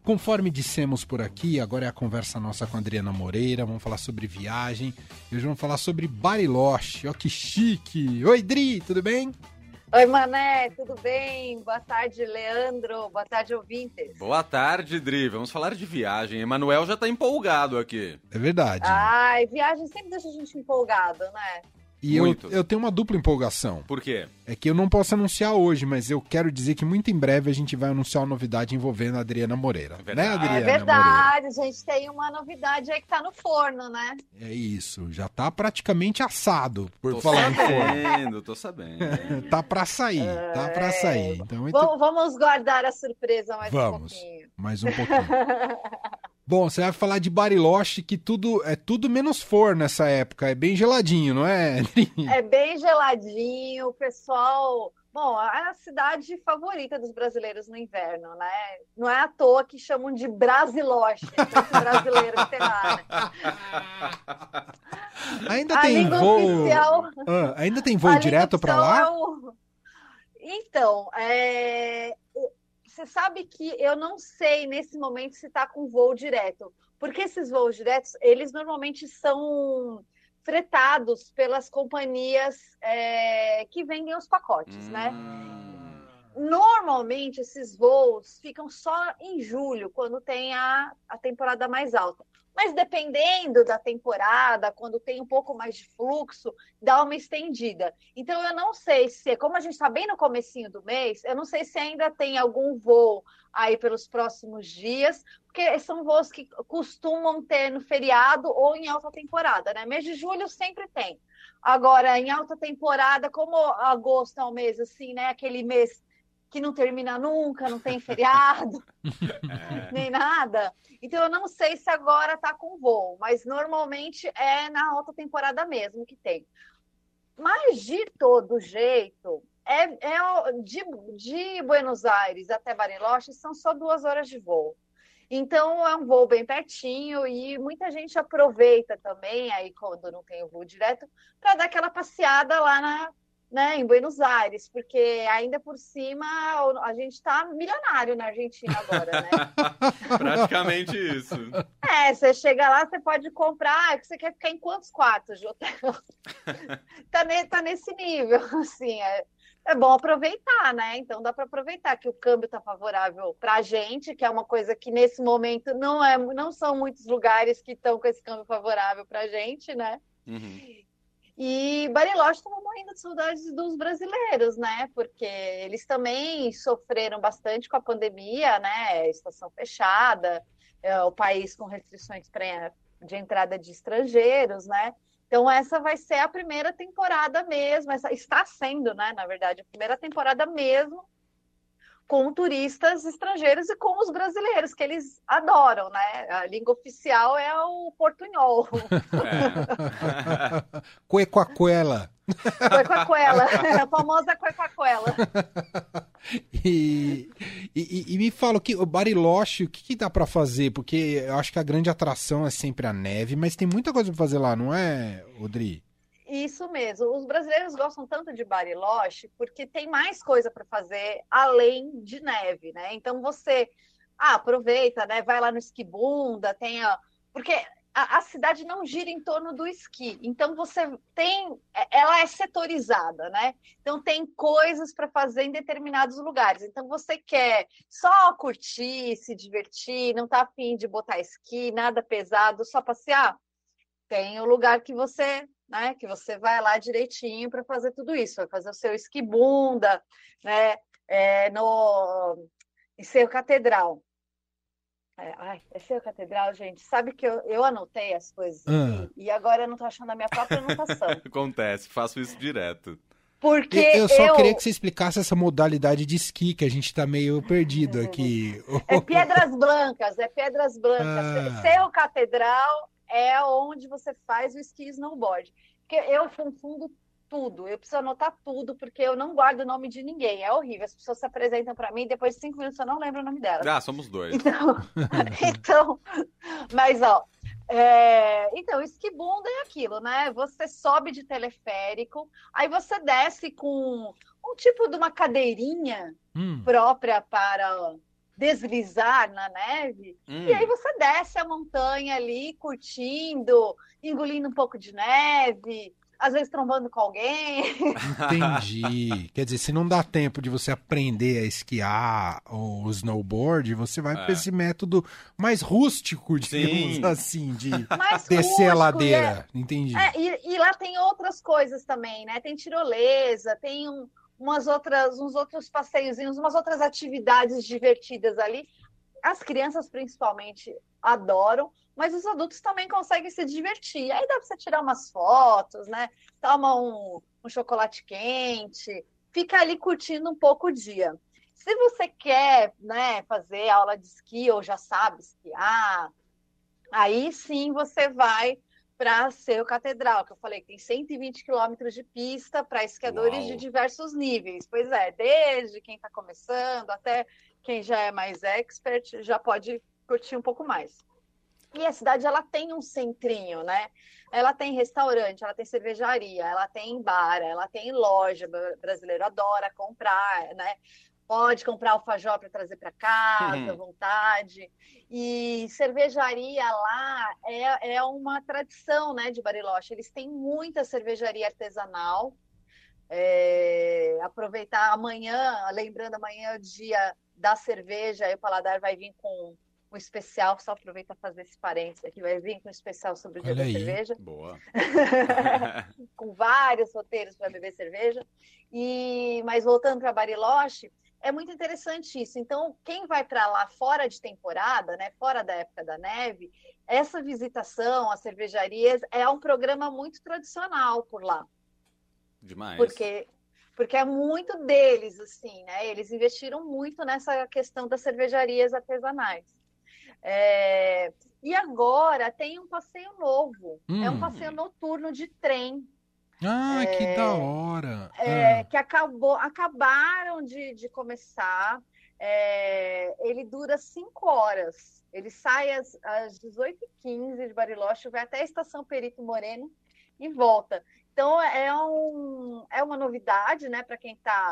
Conforme dissemos por aqui, agora é a conversa nossa com a Adriana Moreira, vamos falar sobre viagem, e hoje vamos falar sobre Bariloche, ó que chique! Oi, Dri, tudo bem? Oi, Mané, tudo bem? Boa tarde, Leandro, boa tarde, ouvintes. Boa tarde, Dri, vamos falar de viagem, Emanuel já tá empolgado aqui. É verdade. Ai, viagem sempre deixa a gente empolgado, né? E eu tenho uma dupla empolgação. Por quê? É que eu não posso anunciar hoje, mas eu quero dizer que muito em breve a gente vai anunciar uma novidade envolvendo a Adriana Moreira. Né, Adriana? É verdade, Moreira? A gente tem uma novidade aí que tá no forno, né? É isso, já tá praticamente assado, por falar em forno. Tô sabendo. Tá pra sair, tá pra sair. Então, vamos guardar a surpresa mais um pouquinho. Mais um pouquinho. Bom, você vai falar de Bariloche, que é tudo menos forno nessa época. É bem geladinho, não é? É bem geladinho, o pessoal... Bom, é a cidade favorita dos brasileiros no inverno, né? Não é à toa que chamam de Brasiloche, esse brasileiro que tem lá, né? Ainda tem voo... Oficial... ainda tem voo direto para lá? Então, você sabe que eu não sei nesse momento se está com voo direto, porque esses voos diretos, eles normalmente são fretados pelas companhias que vendem os pacotes, né? Normalmente esses voos ficam só em julho, quando tem a temporada mais alta. Mas dependendo da temporada, quando tem um pouco mais de fluxo, dá uma estendida. Então eu não sei se, como a gente está bem no comecinho do mês, eu não sei se ainda tem algum voo aí pelos próximos dias, porque são voos que costumam ter no feriado ou em alta temporada, né? Mês de julho sempre tem. Agora, em alta temporada, como agosto é um mês assim, né? Aquele mês que não termina nunca, não tem feriado, nem nada. Então, eu não sei se agora está com voo, mas normalmente é na alta temporada mesmo que tem. Mas, de todo jeito, de Buenos Aires até Bariloche são só 2 horas de voo. Então, é um voo bem pertinho e muita gente aproveita também, aí quando não tem o voo direto, para dar aquela passeada lá em Buenos Aires, porque ainda por cima a gente está milionário na Argentina agora, né? Praticamente isso. Você chega lá, você pode comprar, você quer ficar em quantos quartos de hotel? tá nesse nível, assim, é bom aproveitar, né? Então dá para aproveitar que o câmbio está favorável para a gente, que é uma coisa que nesse momento não são muitos lugares que estão com esse câmbio favorável para a gente, né? Uhum. E Bariloche estava morrendo de saudades dos brasileiros, né? Porque eles também sofreram bastante com a pandemia, né? Estação fechada, o país com restrições de entrada de estrangeiros, né? Então essa vai ser a primeira temporada mesmo, está sendo, né? Na verdade, a primeira temporada mesmo com turistas estrangeiros e com os brasileiros, que eles adoram, né? A língua oficial é o portunhol. Cuequacuela. Cuequacuela, a famosa cuequacuela. E me fala, o Bariloche, o que dá para fazer? Porque eu acho que a grande atração é sempre a neve, mas tem muita coisa para fazer lá, não é, Odri? Isso mesmo. Os brasileiros gostam tanto de Bariloche porque tem mais coisa para fazer além de neve, né? Então você aproveita, né? Vai lá no Esquibunda, porque a cidade não gira em torno do esqui. Então ela é setorizada, né? Então tem coisas para fazer em determinados lugares. Então você quer só curtir, se divertir, não tá a fim de botar esqui, nada pesado, só passear? Tem o lugar que você vai lá direitinho para fazer tudo isso, vai fazer o seu esquibunda, né? Em Cerro Catedral. Cerro Catedral, gente, sabe que eu anotei as coisas aqui, e agora eu não estou achando a minha própria anotação. Acontece, faço isso direto. Porque eu só queria que você explicasse essa modalidade de esqui, que a gente está meio perdido aqui. É Pedras Blancas. Cerro Catedral é onde você faz o esqui e snowboard. Porque eu confundo tudo, eu preciso anotar tudo, porque eu não guardo o nome de ninguém, é horrível. As pessoas se apresentam para mim e depois de 5 minutos eu não lembro o nome delas. Somos dois. Mas esquibunda é aquilo, né? Você sobe de teleférico, aí você desce com um tipo de uma cadeirinha própria para deslizar na neve, e aí você desce a montanha ali, curtindo, engolindo um pouco de neve, às vezes trombando com alguém. Entendi. Quer dizer, se não dá tempo de você aprender a esquiar ou snowboard, você vai para esse método mais rústico, digamos Sim. assim, de Mais descer a rústico, ladeira. Entendi. E lá tem outras coisas também, né? Tem tirolesa, tem uns outros passeiozinhos, umas outras atividades divertidas ali. As crianças, principalmente, adoram, mas os adultos também conseguem se divertir. Aí dá para você tirar umas fotos, né? Toma um chocolate quente, fica ali curtindo um pouco o dia. Se você quer, né, fazer aula de esqui ou já sabe esquiar, aí sim você vai para Seu Catedral, que eu falei que tem 120 quilômetros de pista para esquiadores de Uau. diversos níveis. Pois é, desde quem está começando até quem já é mais expert já pode curtir um pouco mais. E a cidade, ela tem um centrinho, né? Ela tem restaurante, ela tem cervejaria, ela tem bar, ela tem loja. O brasileiro adora comprar, né? Pode comprar alfajor para trazer para casa, à vontade. E cervejaria lá é uma tradição, né, de Bariloche. Eles têm muita cervejaria artesanal. Aproveitar amanhã, lembrando amanhã é o dia da cerveja, aí o Paladar vai vir com um especial, só aproveita fazer esse parênteses aqui, vai vir com um especial sobre o dia Olha da aí. cerveja. Boa. Com vários roteiros para beber cerveja. Mas voltando para Bariloche, é muito interessante isso. Então, quem vai para lá fora de temporada, né, fora da época da neve, essa visitação às cervejarias é um programa muito tradicional por lá. Demais. Porque é muito deles, assim, né? Eles investiram muito nessa questão das cervejarias artesanais. E agora tem um passeio novo. É um passeio noturno de trem. Ah, que da hora. Que acabaram de começar. Ele dura 5 horas. Ele sai às 18h15 de Bariloche, vai até a Estação Perito Moreno e volta. Então é uma novidade, né, para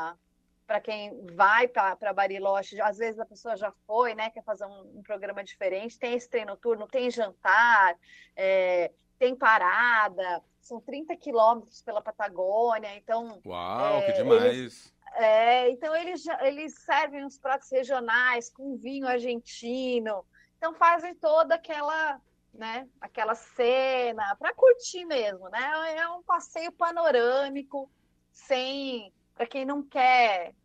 quem vai para Bariloche. Às vezes a pessoa já foi, né, quer fazer um programa diferente. Tem esse trem noturno, tem jantar, tem parada. São 30 quilômetros pela Patagônia, então... Uau, que demais! Então eles servem uns pratos regionais com vinho argentino, então fazem toda aquela, né, aquela cena para curtir mesmo, né? É um passeio panorâmico, para quem não quer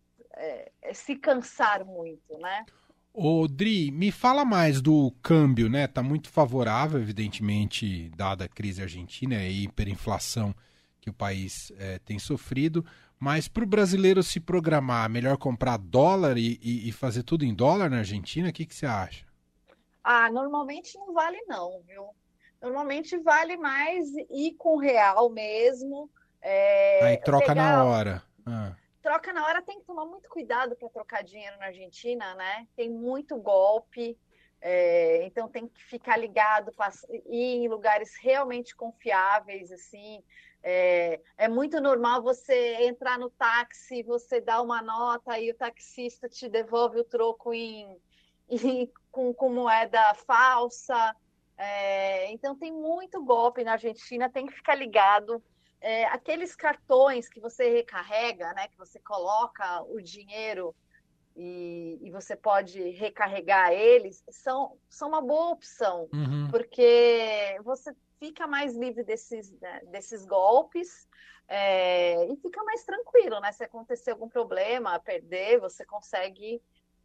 se cansar muito, né? Ô, Dri, me fala mais do câmbio, né? Tá muito favorável, evidentemente, dada a crise argentina e a hiperinflação que o país tem sofrido. Mas para o brasileiro se programar, melhor comprar dólar e fazer tudo em dólar na Argentina? O que você acha? Normalmente não vale não, viu? Normalmente vale mais ir com real mesmo. Aí troca na hora. Troca na hora, tem que tomar muito cuidado para trocar dinheiro na Argentina, né? Tem muito golpe, então tem que ficar ligado, ir em lugares realmente confiáveis, assim. É muito normal você entrar no táxi, você dá uma nota e o taxista te devolve o troco com moeda falsa. Então tem muito golpe na Argentina, tem que ficar ligado. Aqueles cartões que você recarrega, né, que você coloca o dinheiro e você pode recarregar eles, são uma boa opção, porque você fica mais livre desses golpes e fica mais tranquilo, né? Se acontecer algum problema, perder, você consegue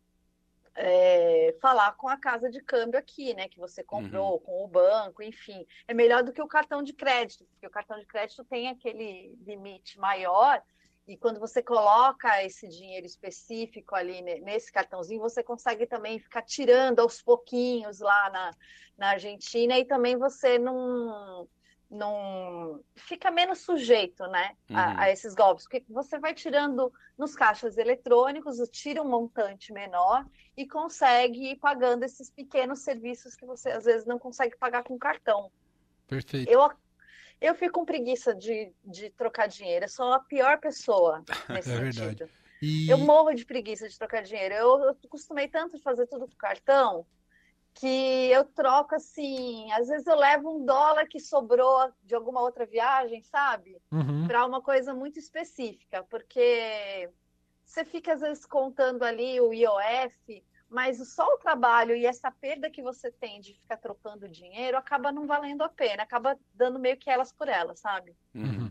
falar com a casa de câmbio aqui, né? Que você comprou, com o banco, enfim. É melhor do que o cartão de crédito, porque o cartão de crédito tem aquele limite maior, e quando você coloca esse dinheiro específico ali nesse cartãozinho, você consegue também ficar tirando aos pouquinhos lá na Argentina, e também você não fica menos sujeito, né, a esses golpes, porque você vai tirando nos caixas eletrônicos, tira um montante menor e consegue ir pagando esses pequenos serviços que você às vezes não consegue pagar com cartão. Perfeito. Eu fico com preguiça de trocar dinheiro, eu sou a pior pessoa nesse sentido. Verdade. Eu morro de preguiça de trocar dinheiro. Eu costumei tanto de fazer tudo com cartão que eu troco assim. Às vezes eu levo $1 que sobrou de alguma outra viagem, sabe? Uhum. Para uma coisa muito específica, porque você fica às vezes contando ali o IOF, mas só o trabalho e essa perda que você tem de ficar trocando dinheiro acaba não valendo a pena, acaba dando meio que elas por elas, sabe? Uhum.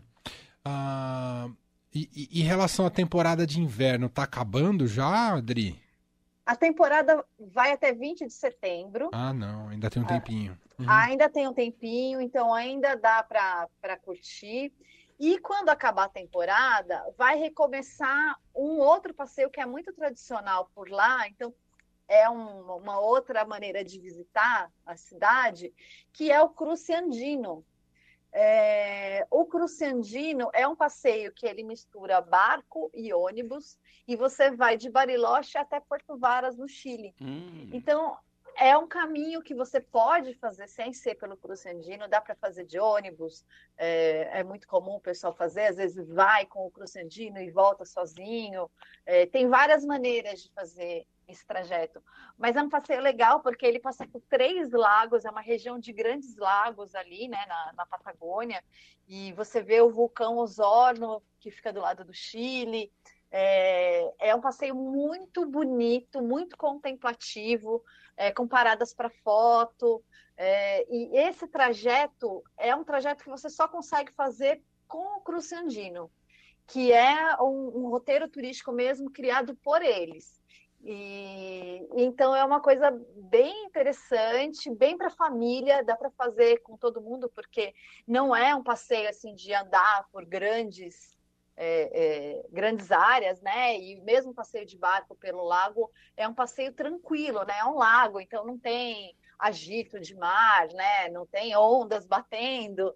E em relação à temporada de inverno, tá acabando já, Adri? A temporada vai até 20 de setembro. Ah, não, ainda tem um tempinho. Uhum. Ainda tem um tempinho, então ainda dá para curtir. E quando acabar a temporada, vai recomeçar um outro passeio que é muito tradicional por lá. Então, é uma outra maneira de visitar a cidade, que é o Cruce Andino. O Cruce Andino é um passeio que ele mistura barco e ônibus, e você vai de Bariloche até Porto Varas, no Chile. Então, é um caminho que você pode fazer sem ser pelo Cruce Andino, dá para fazer de ônibus, é muito comum o pessoal fazer, às vezes vai com o Cruce Andino e volta sozinho. Tem várias maneiras de fazer esse trajeto, mas é um passeio legal porque ele passa por 3 lagos, é uma região de grandes lagos ali, né, na Patagônia, e você vê o vulcão Osorno, que fica do lado do Chile. É um passeio muito bonito, muito contemplativo, com paradas para foto, e esse trajeto é um trajeto que você só consegue fazer com o Cruce Andino, que é um roteiro turístico mesmo criado por eles. Então é uma coisa bem interessante, bem para a família, dá para fazer com todo mundo, porque não é um passeio assim de andar por grandes áreas, né? E mesmo passeio de barco pelo lago é um passeio tranquilo, né? É um lago, então não tem agito de mar, né? Não tem ondas batendo.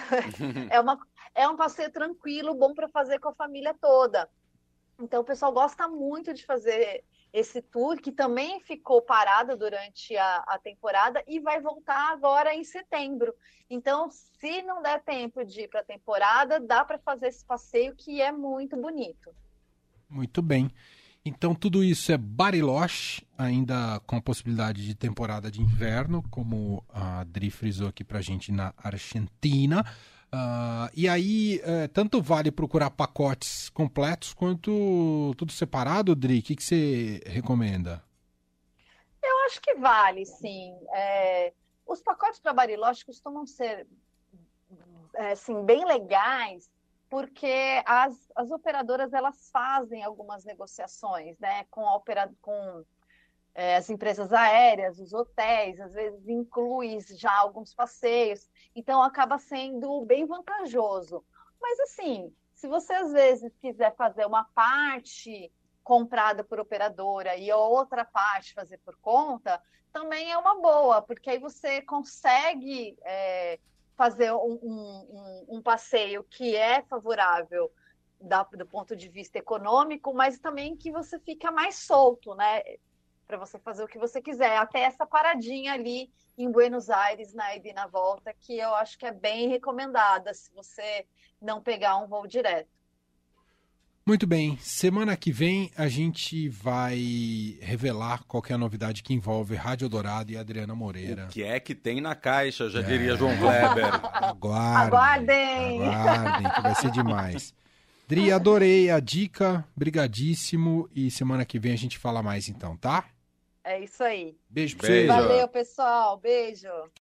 É um passeio tranquilo, bom para fazer com a família toda. Então o pessoal gosta muito de fazer esse tour, que também ficou parado durante a temporada e vai voltar agora em setembro. Então, se não der tempo de ir para a temporada, dá para fazer esse passeio, que é muito bonito. Muito bem. Então, tudo isso é Bariloche, ainda com a possibilidade de temporada de inverno, como a Adri frisou aqui para a gente na Argentina. E aí, tanto vale procurar pacotes completos quanto tudo separado, Dri? O que você recomenda? Eu acho que vale, sim. Os pacotes para Bariloche costumam ser assim, bem legais, porque as operadoras elas fazem algumas negociações, né, com as empresas aéreas, os hotéis, às vezes inclui já alguns passeios, então acaba sendo bem vantajoso. Mas assim, se você às vezes quiser fazer uma parte comprada por operadora e a outra parte fazer por conta, também é uma boa, porque aí você consegue fazer um passeio que é favorável do ponto de vista econômico, mas também que você fica mais solto, né? Para você fazer o que você quiser, até essa paradinha ali em Buenos Aires, na ida e na volta, que eu acho que é bem recomendada, se você não pegar um voo direto. Muito bem, semana que vem a gente vai revelar qualquer novidade que envolve Rádio Dourado e Adriana Moreira. O que é que tem na caixa, já diria João Kleber. Aguardem, que vai ser demais. Dri, adorei a dica, brigadíssimo, e semana que vem a gente fala mais então, tá? É isso aí. Beijo pra vocês. Valeu, pessoal. Beijo.